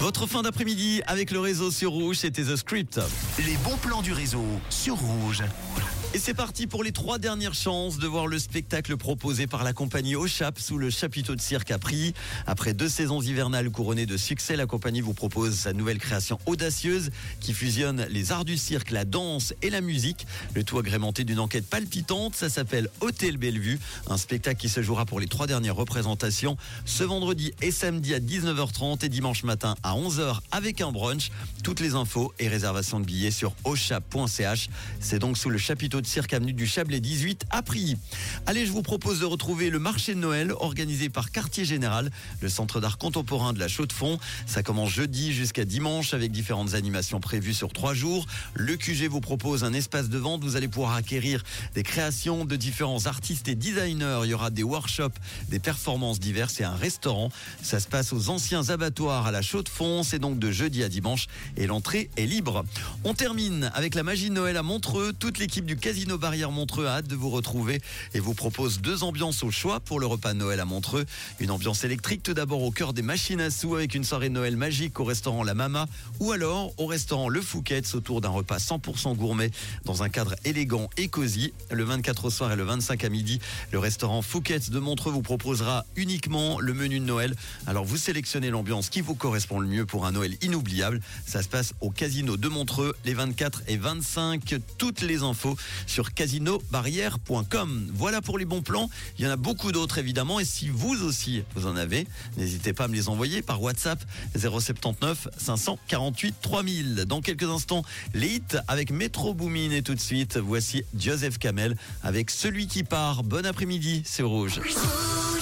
Votre fin d'après-midi avec le réseau sur Rouge, c'était The Script. Les bons plans du réseau sur Rouge. Et c'est parti pour les 3 dernières chances de voir le spectacle proposé par la compagnie Au Chap sous le chapiteau de cirque à Prix. Après 2 saisons hivernales couronnées de succès, la compagnie vous propose sa nouvelle création audacieuse qui fusionne les arts du cirque, la danse et la musique. Le tout agrémenté d'une enquête palpitante. Ça s'appelle Hôtel Bellevue. Un spectacle qui se jouera pour les 3 dernières représentations ce vendredi et samedi à 19h30 et dimanche matin à 11h avec un brunch. Toutes les infos et réservations de billets sur auchap.ch. C'est donc sous le chapiteau de cirque avenue du Chablais 18 à Prix. Allez, je vous propose de retrouver le marché de Noël organisé par Quartier Général, le centre d'art contemporain de la Chaux-de-Fonds. Ça commence jeudi jusqu'à dimanche avec différentes animations prévues sur 3 jours. Le QG vous propose un espace de vente. Vous allez pouvoir acquérir des créations de différents artistes et designers. Il y aura des workshops, des performances diverses et un restaurant. Ça se passe aux anciens abattoirs à la Chaux-de-Fonds. C'est donc de jeudi à dimanche et l'entrée est libre. On termine avec la magie de Noël à Montreux. Toute l'équipe du Casino Barrière Montreux a hâte de vous retrouver et vous propose 2 ambiances au choix pour le repas de Noël à Montreux. Une ambiance électrique tout d'abord au cœur des machines à sous avec une soirée de Noël magique au restaurant La Mama ou alors au restaurant Le Fouquet's autour d'un repas 100% gourmet dans un cadre élégant et cosy. Le 24 au soir et le 25 à midi, le restaurant Fouquet's de Montreux vous proposera uniquement le menu de Noël. Alors vous sélectionnez l'ambiance qui vous correspond le mieux pour un Noël inoubliable. Ça se passe au Casino de Montreux les 24 et 25. Toutes les infos sur casinobarrière.com. Voilà pour les bons plans. Il y en a beaucoup d'autres évidemment et si vous aussi vous en avez, n'hésitez pas à me les envoyer par WhatsApp 079 548 3000. Dans quelques instants, les hits avec Metro Boomin et tout de suite, voici Joseph Kamel avec Celui qui part. Bon après-midi, c'est Rouge.